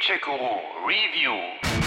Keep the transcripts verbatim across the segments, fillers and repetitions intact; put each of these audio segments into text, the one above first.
Feature Guru Review.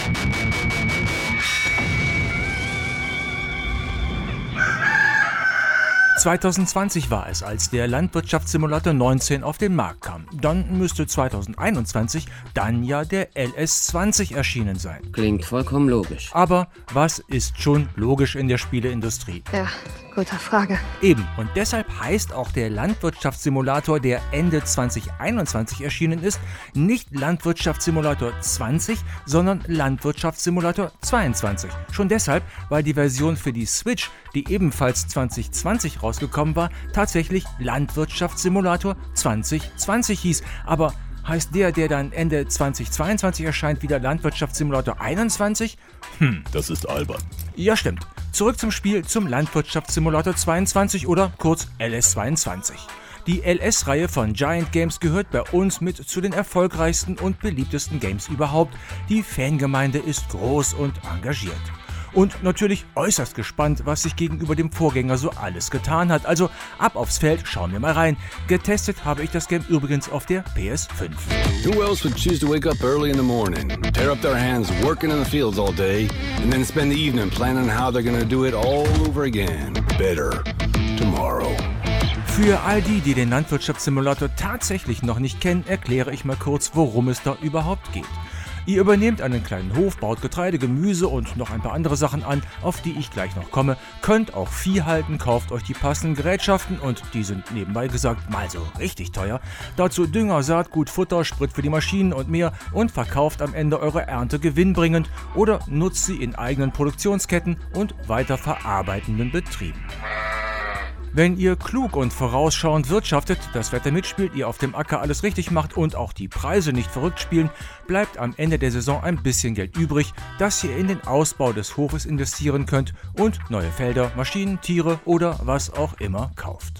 zwanzig zwanzig war es, als der Landwirtschaftssimulator neunzehn auf den Markt kam. Dann müsste zwanzig einundzwanzig dann ja der L S zwanzig erschienen sein. Klingt vollkommen logisch. Aber was ist schon logisch in der Spieleindustrie? Ja, gute Frage. Eben, und deshalb heißt auch der Landwirtschaftssimulator, der Ende zwanzig einundzwanzig erschienen ist, nicht Landwirtschaftssimulator zwanzig, sondern Landwirtschaftssimulator zweiundzwanzig. Schon deshalb, weil die Version für die Switch, die ebenfalls zwanzig zwanzig rausgekommen war, tatsächlich Landwirtschaftssimulator zwanzig zwanzig hieß. Aber heißt der, der dann Ende zwanzig zweiundzwanzig erscheint, wieder Landwirtschaftssimulator einundzwanzig? Hm. Das ist albern. Ja, stimmt. Zurück zum Spiel, zum Landwirtschaftssimulator zweiundzwanzig oder kurz L S zweiundzwanzig. Die L S-Reihe von Giant Games gehört bei uns mit zu den erfolgreichsten und beliebtesten Games überhaupt. Die Fangemeinde ist groß und engagiert. Und natürlich äußerst gespannt, was sich gegenüber dem Vorgänger so alles getan hat. Also ab aufs Feld, schauen wir mal rein. Getestet habe ich das Game übrigens auf der P S fünf. Who else would choose to wake up early in the morning, tear up their hands working in the fields all day, and then spend the evening planning how they're gonna do it all over again, better, tomorrow. Für all die, die den Landwirtschaftssimulator tatsächlich noch nicht kennen, erkläre ich mal kurz, worum es da überhaupt geht. Ihr übernehmt einen kleinen Hof, baut Getreide, Gemüse und noch ein paar andere Sachen an, auf die ich gleich noch komme, könnt auch Vieh halten, kauft euch die passenden Gerätschaften und die sind nebenbei gesagt mal so richtig teuer. Dazu Dünger, Saatgut, Futter, Sprit für die Maschinen und mehr und verkauft am Ende eure Ernte gewinnbringend oder nutzt sie in eigenen Produktionsketten und weiterverarbeitenden Betrieben. Wenn ihr klug und vorausschauend wirtschaftet, das Wetter mitspielt, ihr auf dem Acker alles richtig macht und auch die Preise nicht verrückt spielen, bleibt am Ende der Saison ein bisschen Geld übrig, das ihr in den Ausbau des Hofes investieren könnt und neue Felder, Maschinen, Tiere oder was auch immer kauft.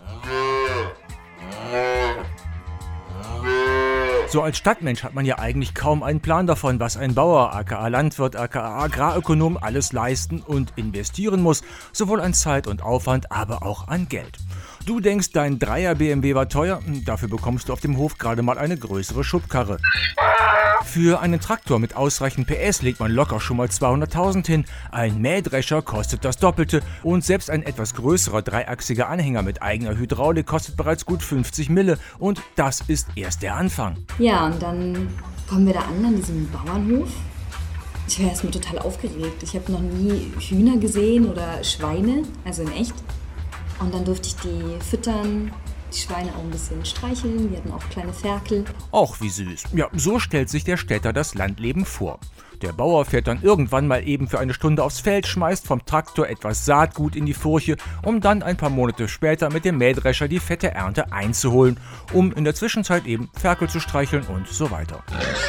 So als Stadtmensch hat man ja eigentlich kaum einen Plan davon, was ein Bauer, aka Landwirt, aka Agrarökonom alles leisten und investieren muss, sowohl an Zeit und Aufwand, aber auch an Geld. Du denkst, dein Dreier B M W war teuer, dafür bekommst du auf dem Hof gerade mal eine größere Schubkarre. Für einen Traktor mit ausreichend P S legt man locker schon mal zweihunderttausend hin, ein Mähdrescher kostet das Doppelte und selbst ein etwas größerer dreiachsiger Anhänger mit eigener Hydraulik kostet bereits gut fünfzig Mille und das ist erst der Anfang. Ja, und dann kommen wir da an, an diesem Bauernhof. Ich war erstmal total aufgeregt. Ich habe noch nie Hühner gesehen oder Schweine, also in echt. Und dann durfte ich die füttern, die Schweine auch ein bisschen streicheln, die hatten auch kleine Ferkel. Auch wie süß. Ja, so stellt sich der Städter das Landleben vor. Der Bauer fährt dann irgendwann mal eben für eine Stunde aufs Feld, schmeißt vom Traktor etwas Saatgut in die Furche, um dann ein paar Monate später mit dem Mähdrescher die fette Ernte einzuholen, um in der Zwischenzeit eben Ferkel zu streicheln und so weiter.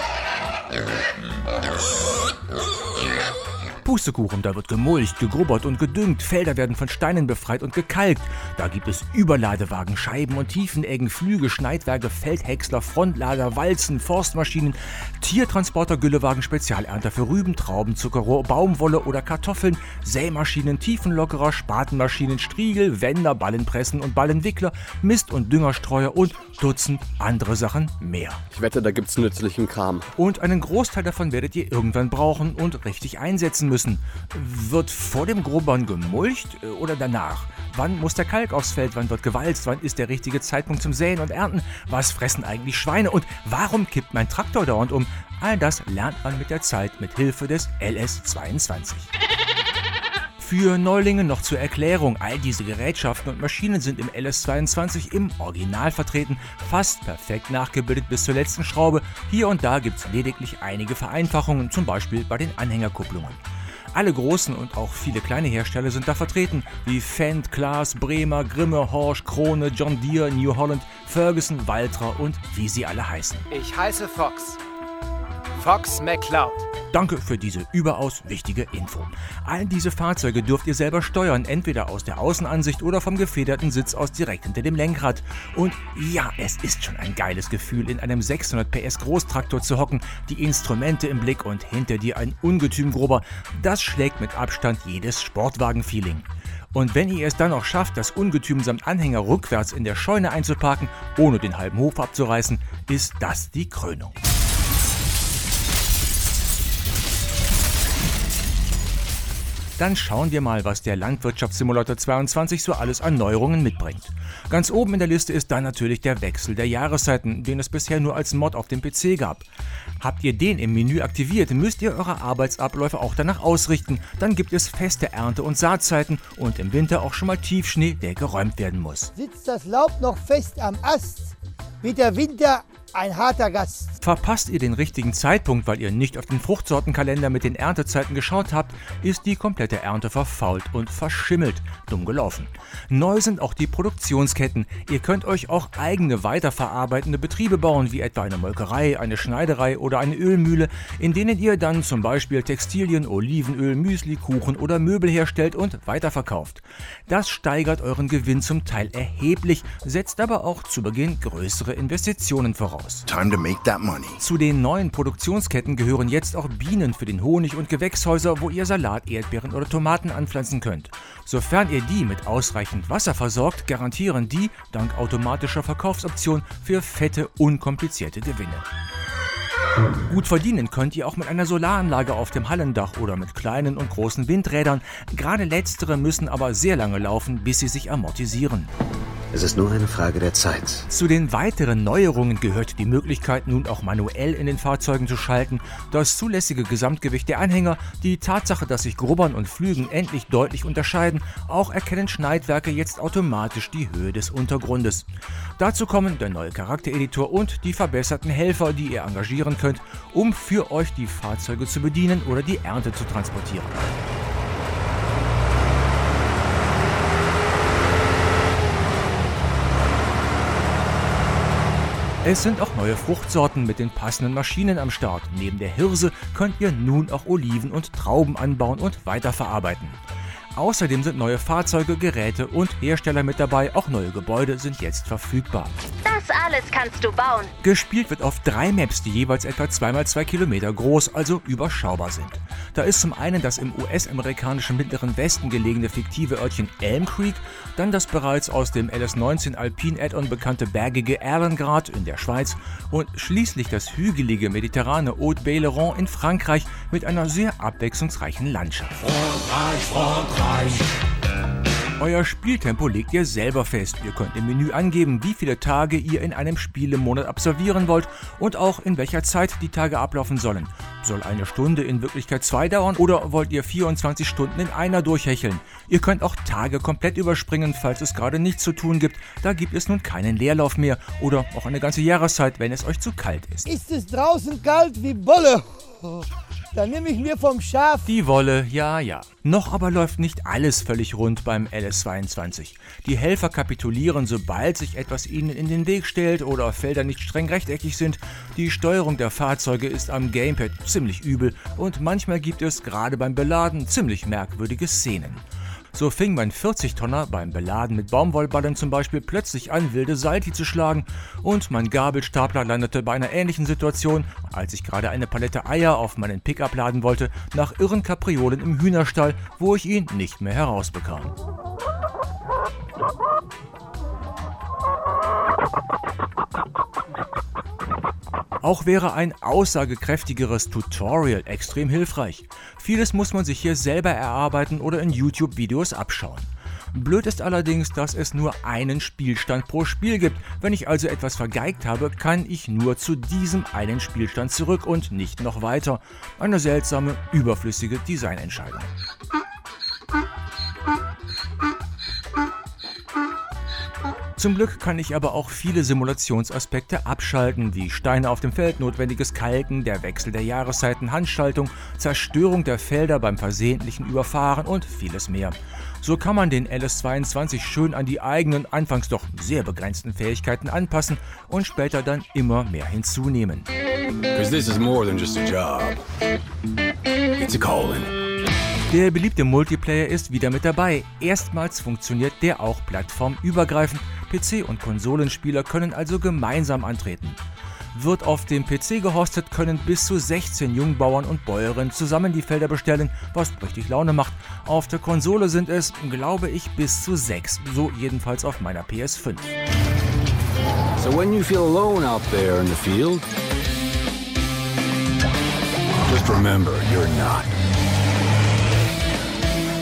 Pustekuchen, da wird gemulcht, gegrubbert und gedüngt, Felder werden von Steinen befreit und gekalkt. Da gibt es Überladewagen, Scheiben- und Tiefeneggen, Flüge, Schneidwerke, Feldhäcksler, Frontlader, Walzen, Forstmaschinen, Tiertransporter, Güllewagen, Spezialernter für Rüben, Trauben, Zuckerrohr, Baumwolle oder Kartoffeln, Sämaschinen, Tiefenlockerer, Spatenmaschinen, Striegel, Wender, Ballenpressen und Ballenwickler, Mist- und Düngerstreuer und Dutzend andere Sachen mehr. Ich wette, da gibt's nützlichen Kram. Und einen Großteil davon werdet ihr irgendwann brauchen und richtig einsetzen müssen. Wird vor dem Grubbern gemulcht oder danach? Wann muss der Kalk aufs Feld? Wann wird gewalzt? Wann ist der richtige Zeitpunkt zum Säen und Ernten? Was fressen eigentlich Schweine? Und warum kippt mein Traktor dauernd um? All das lernt man mit der Zeit mit Hilfe des L S zweiundzwanzig. Für Neulinge noch zur Erklärung, all diese Gerätschaften und Maschinen sind im L S zweiundzwanzig im Original vertreten, fast perfekt nachgebildet bis zur letzten Schraube. Hier und da gibt es lediglich einige Vereinfachungen, zum Beispiel bei den Anhängerkupplungen. Alle großen und auch viele kleine Hersteller sind da vertreten, wie Fendt, Claas, Bremer, Grimme, Horsch, Krone, John Deere, New Holland, Ferguson, Valtra und wie sie alle heißen. Ich heiße Fox. Fox McCloud. Danke für diese überaus wichtige Info. All diese Fahrzeuge dürft ihr selber steuern, entweder aus der Außenansicht oder vom gefederten Sitz aus direkt hinter dem Lenkrad. Und ja, es ist schon ein geiles Gefühl, in einem sechshundert P S Großtraktor zu hocken, die Instrumente im Blick und hinter dir ein Ungetümgrubber. Das schlägt mit Abstand jedes Sportwagen-Feeling. Und wenn ihr es dann noch schafft, das Ungetüm samt Anhänger rückwärts in der Scheune einzuparken, ohne den halben Hof abzureißen, ist das die Krönung. Dann schauen wir mal, was der Landwirtschaftssimulator zweiundzwanzig so alles an Neuerungen mitbringt. Ganz oben in der Liste ist dann natürlich der Wechsel der Jahreszeiten, den es bisher nur als Mod auf dem P C gab. Habt ihr den im Menü aktiviert, müsst ihr eure Arbeitsabläufe auch danach ausrichten. Dann gibt es feste Ernte- und Saatzeiten und im Winter auch schon mal Tiefschnee, der geräumt werden muss. Sitzt das Laub noch fest am Ast, wird der Winter ein harter Gast. Verpasst ihr den richtigen Zeitpunkt, weil ihr nicht auf den Fruchtsortenkalender mit den Erntezeiten geschaut habt, ist die komplette Ernte verfault und verschimmelt. Dumm gelaufen. Neu sind auch die Produktionsketten. Ihr könnt euch auch eigene weiterverarbeitende Betriebe bauen, wie etwa eine Molkerei, eine Schneiderei oder eine Ölmühle, in denen ihr dann zum Beispiel Textilien, Olivenöl, Müsli, Kuchen oder Möbel herstellt und weiterverkauft. Das steigert euren Gewinn zum Teil erheblich, setzt aber auch zu Beginn größere Investitionen voraus. Time to make that money. Zu den neuen Produktionsketten gehören jetzt auch Bienen für den Honig und Gewächshäuser, wo ihr Salat, Erdbeeren oder Tomaten anpflanzen könnt. Sofern ihr die mit ausreichend Wasser versorgt, garantieren die, dank automatischer Verkaufsoption, für fette, unkomplizierte Gewinne. Gut verdienen könnt ihr auch mit einer Solaranlage auf dem Hallendach oder mit kleinen und großen Windrädern. Gerade letztere müssen aber sehr lange laufen, bis sie sich amortisieren. Es ist nur eine Frage der Zeit. Zu den weiteren Neuerungen gehört die Möglichkeit, nun auch manuell in den Fahrzeugen zu schalten, das zulässige Gesamtgewicht der Anhänger, die Tatsache, dass sich Grubbern und Flügen endlich deutlich unterscheiden, auch erkennen Schneidwerke jetzt automatisch die Höhe des Untergrundes. Dazu kommen der neue Charaktereditor und die verbesserten Helfer, die ihr engagieren könnt, um für euch die Fahrzeuge zu bedienen oder die Ernte zu transportieren. Es sind auch neue Fruchtsorten mit den passenden Maschinen am Start. Neben der Hirse könnt ihr nun auch Oliven und Trauben anbauen und weiterverarbeiten. Außerdem sind neue Fahrzeuge, Geräte und Hersteller mit dabei. Auch neue Gebäude sind jetzt verfügbar. Das alles kannst du bauen. Gespielt wird auf drei Maps, die jeweils etwa zwei mal zwei Kilometer groß, also überschaubar sind. Da ist zum einen das im U S-amerikanischen Mittleren Westen gelegene fiktive Örtchen Elm Creek, dann das bereits aus dem L S neunzehn Alpine Add-on bekannte bergige Erlengrad in der Schweiz und schließlich das hügelige mediterrane Haute-Bayleron in Frankreich mit einer sehr abwechslungsreichen Landschaft. Frankreich, Frankreich. Euer Spieltempo legt ihr selber fest. Ihr könnt im Menü angeben, wie viele Tage ihr in einem Spielemonat absolvieren wollt und auch in welcher Zeit die Tage ablaufen sollen. Soll eine Stunde in Wirklichkeit zwei dauern oder wollt ihr vierundzwanzig Stunden in einer durchhecheln? Ihr könnt auch Tage komplett überspringen, falls es gerade nichts zu tun gibt. Da gibt es nun keinen Leerlauf mehr oder auch eine ganze Jahreszeit, wenn es euch zu kalt ist. Ist es draußen kalt wie Bolle? Dann nehme ich mir vom Schaf die Wolle, ja, ja. Noch aber läuft nicht alles völlig rund beim L S zweiundzwanzig. Die Helfer kapitulieren, sobald sich etwas ihnen in den Weg stellt oder Felder nicht streng rechteckig sind. Die Steuerung der Fahrzeuge ist am Gamepad ziemlich übel und manchmal gibt es gerade beim Beladen ziemlich merkwürdige Szenen. So fing mein vierzig-Tonner beim Beladen mit Baumwollballen zum Beispiel plötzlich an, wilde Salti zu schlagen und mein Gabelstapler landete bei einer ähnlichen Situation, als ich gerade eine Palette Eier auf meinen Pickup laden wollte, nach irren Kapriolen im Hühnerstall, wo ich ihn nicht mehr herausbekam. Auch wäre ein aussagekräftigeres Tutorial extrem hilfreich. Vieles muss man sich hier selber erarbeiten oder in YouTube-Videos abschauen. Blöd ist allerdings, dass es nur einen Spielstand pro Spiel gibt. Wenn ich also etwas vergeigt habe, kann ich nur zu diesem einen Spielstand zurück und nicht noch weiter. Eine seltsame, überflüssige Designentscheidung. Zum Glück kann ich aber auch viele Simulationsaspekte abschalten, wie Steine auf dem Feld, notwendiges Kalken, der Wechsel der Jahreszeiten, Handschaltung, Zerstörung der Felder beim versehentlichen Überfahren und vieles mehr. So kann man den L S zweiundzwanzig schön an die eigenen, anfangs doch sehr begrenzten Fähigkeiten anpassen und später dann immer mehr hinzunehmen. Because this is more than just a job. It's a calling. Der beliebte Multiplayer ist wieder mit dabei. Erstmals funktioniert der auch plattformübergreifend. P C- und Konsolenspieler können also gemeinsam antreten. Wird auf dem P C gehostet, können bis zu sechzehn Jungbauern und Bäuerinnen zusammen die Felder bestellen, was richtig Laune macht. Auf der Konsole sind es, glaube ich, bis zu sechs, so jedenfalls auf meiner P S fünf. So when you feel alone out there in the field, just remember you're not.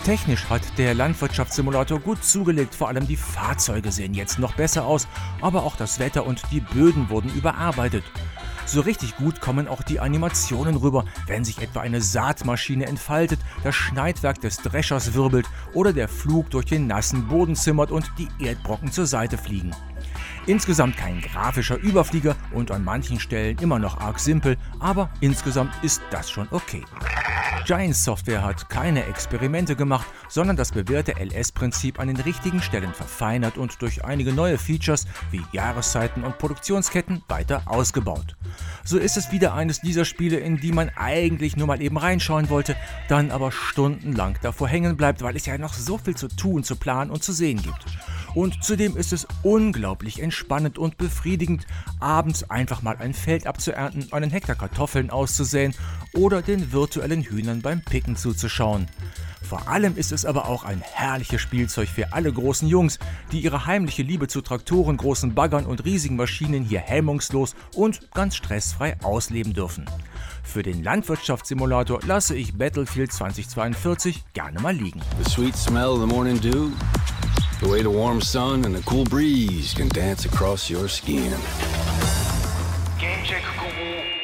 Technisch hat der Landwirtschaftssimulator gut zugelegt, vor allem die Fahrzeuge sehen jetzt noch besser aus, aber auch das Wetter und die Böden wurden überarbeitet. So richtig gut kommen auch die Animationen rüber, wenn sich etwa eine Saatmaschine entfaltet, das Schneidwerk des Dreschers wirbelt oder der Flug durch den nassen Boden zimmert und die Erdbrocken zur Seite fliegen. Insgesamt kein grafischer Überflieger und an manchen Stellen immer noch arg simpel, aber insgesamt ist das schon okay. Giant Software hat keine Experimente gemacht, sondern das bewährte L S-Prinzip an den richtigen Stellen verfeinert und durch einige neue Features wie Jahreszeiten und Produktionsketten weiter ausgebaut. So ist es wieder eines dieser Spiele, in die man eigentlich nur mal eben reinschauen wollte, dann aber stundenlang davor hängen bleibt, weil es ja noch so viel zu tun, zu planen und zu sehen gibt. Und zudem ist es unglaublich entspannend und befriedigend, abends einfach mal ein Feld abzuernten, einen Hektar Kartoffeln auszusäen oder den virtuellen Hühnern beim Picken zuzuschauen. Vor allem ist es aber auch ein herrliches Spielzeug für alle großen Jungs, die ihre heimliche Liebe zu Traktoren, großen Baggern und riesigen Maschinen hier hemmungslos und ganz stressfrei ausleben dürfen. Für den Landwirtschaftssimulator lasse ich Battlefield zweitausendzweiundvierzig gerne mal liegen. The sweet smell of the morning dew, the way the warm sun and the cool breeze can dance across your skin. Gamecheck Guru.